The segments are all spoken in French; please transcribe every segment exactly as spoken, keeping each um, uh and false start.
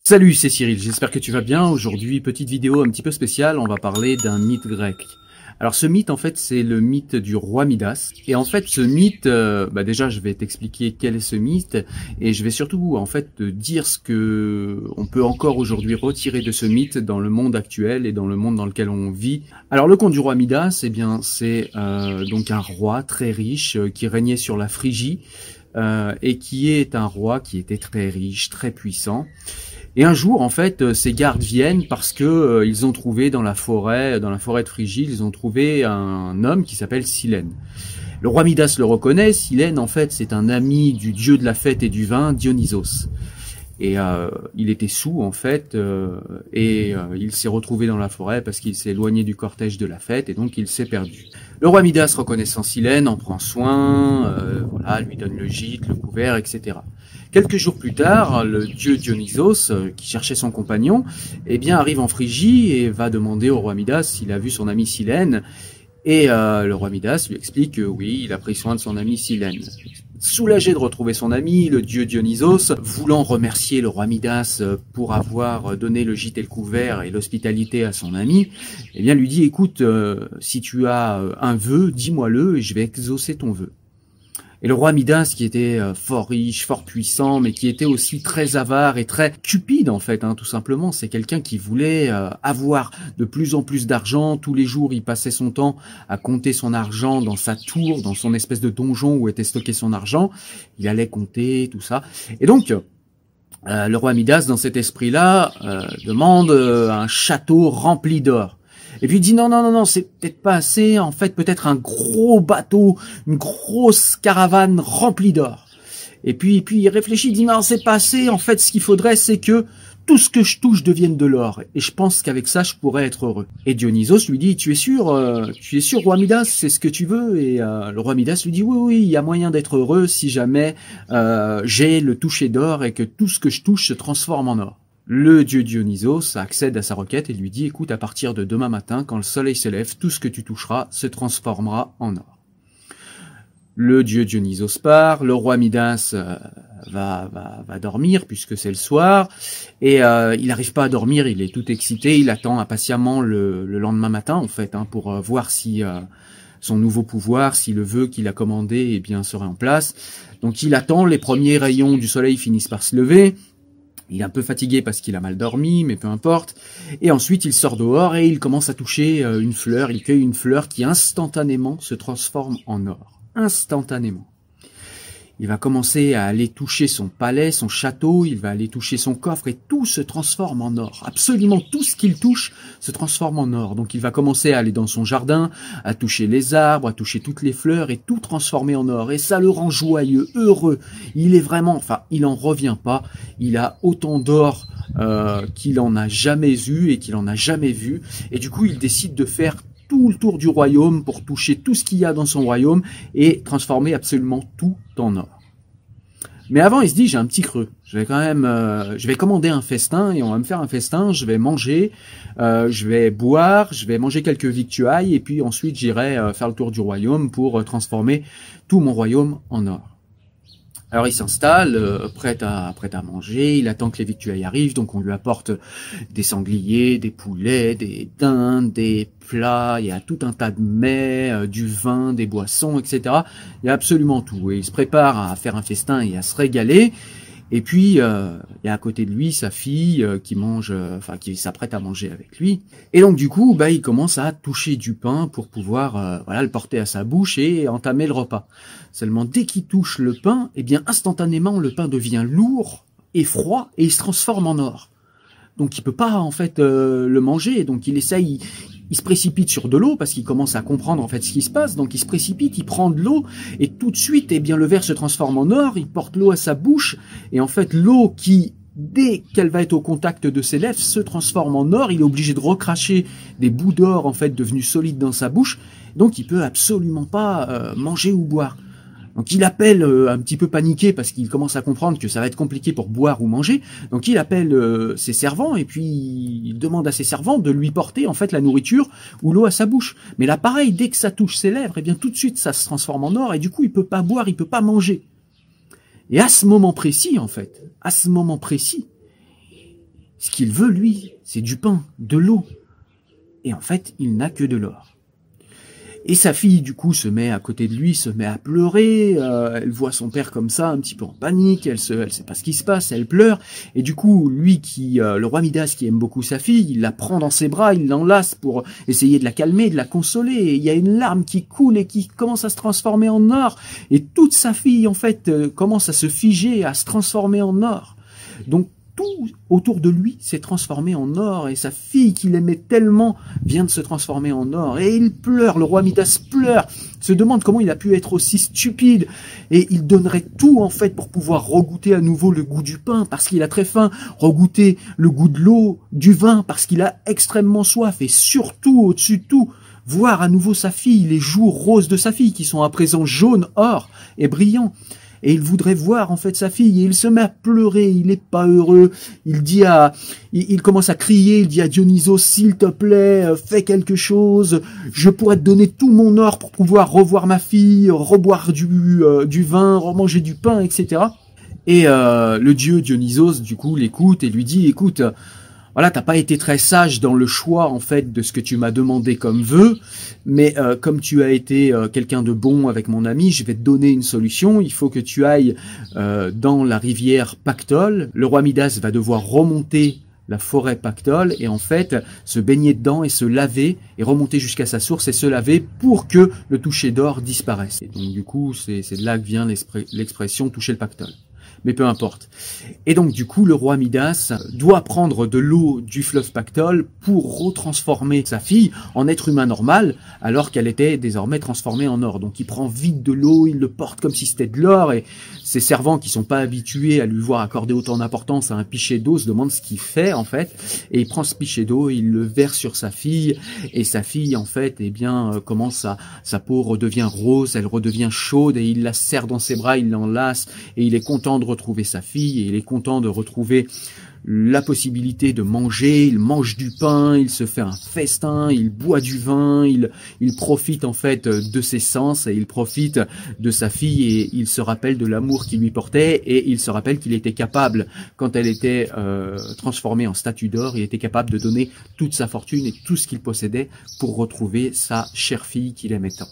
Salut, c'est Cyril, j'espère que tu vas bien. Aujourd'hui, petite vidéo un petit peu spéciale, on va parler d'un mythe grec. Alors ce mythe, en fait, c'est le mythe du roi Midas. Et en fait, ce mythe, euh, bah déjà, je vais t'expliquer quel est ce mythe, et je vais surtout, en fait, te dire ce que on peut encore aujourd'hui retirer de ce mythe dans le monde actuel et dans le monde dans lequel on vit. Alors le conte du roi Midas, eh bien, c'est euh, donc un roi très riche euh, qui régnait sur la Phrygie, euh, et qui est un roi qui était très riche, très puissant. Et un jour, en fait, ces gardes viennent parce que euh, ils ont trouvé dans la forêt, dans la forêt de Phrygie, ils ont trouvé un homme qui s'appelle Silène. Le roi Midas le reconnaît. Silène, en fait, c'est un ami du dieu de la fête et du vin, Dionysos. Et euh, il était saoul, en fait, euh, et euh, il s'est retrouvé dans la forêt parce qu'il s'est éloigné du cortège de la fête, et donc il s'est perdu. Le roi Midas, reconnaissant Silène, en prend soin, euh, voilà, lui donne le gîte, le couvert, et cetera. Quelques jours plus tard, le dieu Dionysos, euh, qui cherchait son compagnon, eh bien arrive en Phrygie et va demander au roi Midas s'il a vu son ami Silène. Et euh, le roi Midas lui explique que oui, il a pris soin de son ami Silène. Soulagé de retrouver son ami, le dieu Dionysos, voulant remercier le roi Midas pour avoir donné le gîte et le couvert et l'hospitalité à son ami, eh bien lui dit, écoute, euh, si tu as un vœu, dis-moi-le et je vais exaucer ton vœu. Et le roi Midas, qui était fort riche, fort puissant, mais qui était aussi très avare et très cupide en fait, hein, tout simplement. C'est quelqu'un qui voulait euh, avoir de plus en plus d'argent. Tous les jours, il passait son temps à compter son argent dans sa tour, dans son espèce de donjon où était stocké son argent. Il allait compter, tout ça. Et donc, euh, le roi Midas, dans cet esprit-là, euh, demande euh, un château rempli d'or. Et puis il dit non, non, non, non, c'est peut-être pas assez, en fait peut-être un gros bateau, une grosse caravane remplie d'or. Et puis, puis il réfléchit, il dit non, c'est pas assez, en fait ce qu'il faudrait c'est que tout ce que je touche devienne de l'or. Et je pense qu'avec ça je pourrais être heureux. Et Dionysos lui dit, tu es sûr, euh, tu es sûr roi Midas, c'est ce que tu veux? Et euh, le roi Midas lui dit, oui, oui, il y a moyen d'être heureux si jamais euh, j'ai le toucher d'or et que tout ce que je touche se transforme en or. Le dieu Dionysos accède à sa requête et lui dit, écoute, à partir de demain matin, quand le soleil se lève, tout ce que tu toucheras se transformera en or. Le dieu Dionysos part, le roi Midas euh, va, va, va dormir puisque c'est le soir, et euh, il n'arrive pas à dormir, il est tout excité, il attend impatiemment le, le lendemain matin en fait, hein, pour euh, voir si euh, son nouveau pouvoir, si le vœu qu'il a commandé eh bien, serait en place. Donc il attend, les premiers rayons du soleil finissent par se lever. Il est un peu fatigué parce qu'il a mal dormi, mais peu importe. Et ensuite, il sort dehors et il commence à toucher une fleur. Il cueille une fleur qui instantanément se transforme en or. Instantanément. Il va commencer à aller toucher son palais, son château, il va aller toucher son coffre et tout se transforme en or. Absolument tout ce qu'il touche se transforme en or. Donc il va commencer à aller dans son jardin, à toucher les arbres, à toucher toutes les fleurs et tout transformer en or. Et ça le rend joyeux, heureux. Il est vraiment, enfin, il en revient pas. Il a autant d'or euh, qu'il en a jamais eu et qu'il en a jamais vu. Et du coup, il décide de faire tout le tour du royaume pour toucher tout ce qu'il y a dans son royaume et transformer absolument tout en or. Mais avant, il se dit, j'ai un petit creux. Je vais quand même, euh, je vais commander un festin et on va me faire un festin. Je vais manger, euh, je vais boire, je vais manger quelques victuailles et puis ensuite j'irai euh, faire le tour du royaume pour euh, transformer tout mon royaume en or. Alors il s'installe, euh, prêt à prêt à manger, il attend que les victuailles arrivent, donc on lui apporte des sangliers, des poulets, des dindes, des plats, il y a tout un tas de mets, euh, du vin, des boissons, et cetera. Il y a absolument tout, et il se prépare à faire un festin et à se régaler. Et puis, euh, il y a à côté de lui sa fille euh, qui mange, euh, enfin qui s'apprête à manger avec lui. Et donc du coup, bah il commence à toucher du pain pour pouvoir, euh, voilà, le porter à sa bouche et entamer le repas. Seulement dès qu'il touche le pain, eh bien instantanément le pain devient lourd et froid et il se transforme en or. Donc il peut pas en fait euh, le manger. Donc il essaye. Il, Il se précipite sur de l'eau parce qu'il commence à comprendre en fait ce qui se passe. Donc il se précipite, il prend de l'eau et tout de suite, eh bien le verre se transforme en or. Il porte l'eau à sa bouche et en fait l'eau qui, dès qu'elle va être au contact de ses lèvres, se transforme en or. Il est obligé de recracher des bouts d'or en fait devenus solides dans sa bouche. Donc il peut absolument pas euh, manger ou boire. Donc il appelle, euh, un petit peu paniqué parce qu'il commence à comprendre que ça va être compliqué pour boire ou manger. Donc il appelle euh, ses servants et puis il demande à ses servants de lui porter en fait la nourriture ou l'eau à sa bouche. Mais là pareil, dès que ça touche ses lèvres, eh bien tout de suite ça se transforme en or et du coup il peut pas boire, il peut pas manger. Et à ce moment précis en fait, à ce moment précis, Ce qu'il veut, lui, c'est du pain, de l'eau. Et en fait, il n'a que de l'or. Et sa fille, du coup, se met à côté de lui, se met à pleurer. Euh, elle voit son père comme ça, un petit peu en panique. Elle se, elle sait pas ce qui se passe. Elle pleure. Et du coup, lui, qui, euh, le roi Midas, qui aime beaucoup sa fille, il la prend dans ses bras, il l'enlace pour essayer de la calmer, de la consoler. Et il y a une larme qui coule et qui commence à se transformer en or. Et toute sa fille, en fait, euh, commence à se figer, à se transformer en or. Donc tout autour de lui s'est transformé en or, et sa fille qu'il aimait tellement vient de se transformer en or, et il pleure, le roi Midas pleure, se demande comment il a pu être aussi stupide, et il donnerait tout en fait pour pouvoir regoûter à nouveau le goût du pain, parce qu'il a très faim, regoûter le goût de l'eau, du vin, parce qu'il a extrêmement soif, et surtout, au-dessus de tout, voir à nouveau sa fille, les joues roses de sa fille, qui sont à présent jaunes, or et brillants. Et il voudrait voir en fait sa fille, et il se met à pleurer, il n'est pas heureux, il dit à, il, il commence à crier, il dit à Dionysos, s'il te plaît, fais quelque chose, je pourrais te donner tout mon or pour pouvoir revoir ma fille, reboire du, euh, du vin, remanger du pain, et cetera. Et euh, le dieu Dionysos, du coup, l'écoute et lui dit, écoute, voilà, t'as pas été très sage dans le choix en fait de ce que tu m'as demandé comme vœu, mais euh, comme tu as été euh, quelqu'un de bon avec mon ami, je vais te donner une solution. Il faut que tu ailles euh, dans la rivière Pactole. Le roi Midas va devoir remonter la forêt Pactole et en fait se baigner dedans et se laver et remonter jusqu'à sa source et se laver pour que le toucher d'or disparaisse. Et donc du coup, c'est de là que vient l'expression toucher le Pactole. Mais peu importe. Et donc du coup, le roi Midas doit prendre de l'eau du fleuve Pactole pour retransformer sa fille en être humain normal, alors qu'elle était désormais transformée en or. Donc il prend vite de l'eau, il le porte comme si c'était de l'or, et ses servants qui sont pas habitués à lui voir accorder autant d'importance à un pichet d'eau se demandent ce qu'il fait en fait. Et il prend ce pichet d'eau, il le verse sur sa fille, et sa fille en fait, eh bien, euh, commence à, sa peau redevient rose, elle redevient chaude, et il la serre dans ses bras, il l'enlace, et il est content de retrouver sa fille, et il est content de retrouver la possibilité de manger, il mange du pain, il se fait un festin, il boit du vin, il, il profite en fait de ses sens, et il profite de sa fille, et il se rappelle de l'amour qu'il lui portait, et il se rappelle qu'il était capable, quand elle était euh, transformée en statue d'or, il était capable de donner toute sa fortune et tout ce qu'il possédait pour retrouver sa chère fille qu'il aimait tant.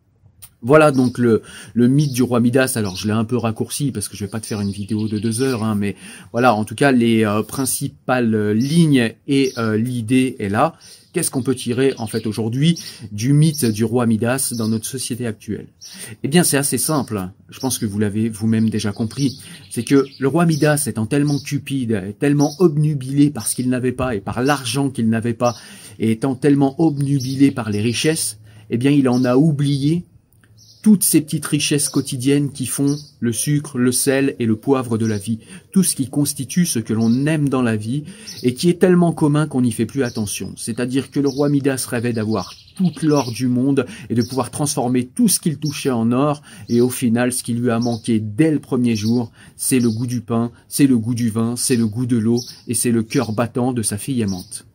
Voilà donc le, le mythe du roi Midas. Alors je l'ai un peu raccourci parce que je vais pas te faire une vidéo de deux heures, hein, mais voilà, en tout cas les euh, principales lignes et euh, l'idée est là. Qu'est-ce qu'on peut tirer en fait aujourd'hui du mythe du roi Midas dans notre société actuelle? Eh bien c'est assez simple, je pense que vous l'avez vous-même déjà compris, c'est que le roi Midas étant tellement cupide, tellement obnubilé par ce qu'il n'avait pas et par l'argent qu'il n'avait pas, et étant tellement obnubilé par les richesses, eh bien il en a oublié toutes ces petites richesses quotidiennes qui font le sucre, le sel et le poivre de la vie. Tout ce qui constitue ce que l'on aime dans la vie et qui est tellement commun qu'on n'y fait plus attention. C'est-à-dire que le roi Midas rêvait d'avoir toute l'or du monde et de pouvoir transformer tout ce qu'il touchait en or. Et au final, ce qui lui a manqué dès le premier jour, c'est le goût du pain, c'est le goût du vin, c'est le goût de l'eau et c'est le cœur battant de sa fille aimante.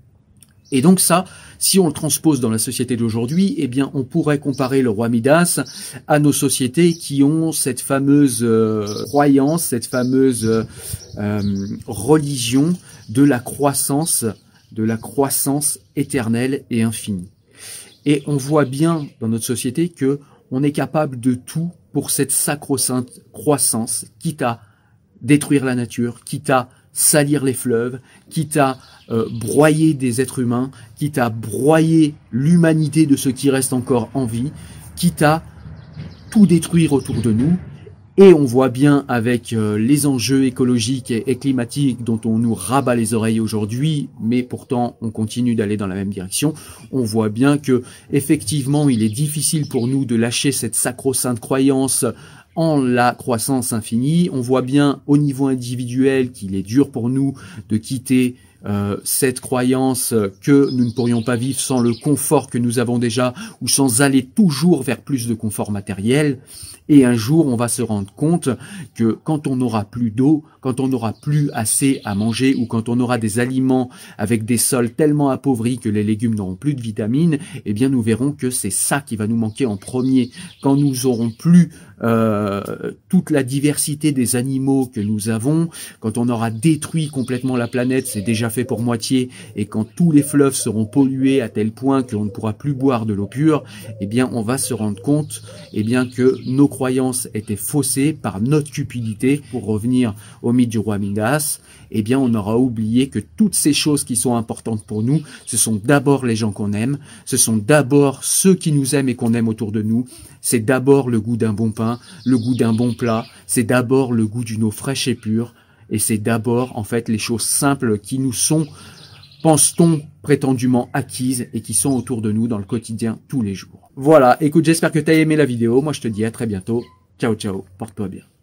Et donc ça, si on le transpose dans la société d'aujourd'hui, eh bien, on pourrait comparer le roi Midas à nos sociétés qui ont cette fameuse euh, croyance, cette fameuse euh, religion de la croissance, de la croissance éternelle et infinie. Et on voit bien dans notre société que on est capable de tout pour cette sacro-sainte croissance, quitte à détruire la nature, quitte à salir les fleuves, quitte à euh, broyer des êtres humains, quitte à broyer l'humanité de ceux qui restent encore en vie, quitte à tout détruire autour de nous. Et on voit bien avec euh, les enjeux écologiques et, et climatiques dont on nous rabat les oreilles aujourd'hui, mais pourtant on continue d'aller dans la même direction, on voit bien que effectivement il est difficile pour nous de lâcher cette sacro-sainte croyance en la croissance infinie. On voit bien au niveau individuel qu'il est dur pour nous de quitter euh, cette croyance que nous ne pourrions pas vivre sans le confort que nous avons déjà ou sans aller toujours vers plus de confort matériel. Et un jour, on va se rendre compte que quand on n'aura plus d'eau, quand on n'aura plus assez à manger ou quand on aura des aliments avec des sols tellement appauvris que les légumes n'auront plus de vitamines, eh bien nous verrons que c'est ça qui va nous manquer en premier. Quand nous aurons plus euh, toute la diversité des animaux que nous avons, quand on aura détruit complètement la planète, c'est déjà fait pour moitié, et quand tous les fleuves seront pollués à tel point qu'on ne pourra plus boire de l'eau pure, eh bien on va se rendre compte eh bien que nos croyances étaient faussées par notre cupidité. Pour revenir au mythe du roi Midas, eh bien on aura oublié que toutes ces choses qui sont importantes pour nous, ce sont d'abord les gens qu'on aime, ce sont d'abord ceux qui nous aiment et qu'on aime autour de nous, c'est d'abord le goût d'un bon pain, le goût d'un bon plat, c'est d'abord le goût d'une eau fraîche et pure, et c'est d'abord en fait les choses simples qui nous sont, pense-t-on, prétendument acquises et qui sont autour de nous dans le quotidien tous les jours. Voilà, écoute, j'espère que tu as aimé la vidéo, moi je te dis à très bientôt, ciao ciao, porte-toi bien.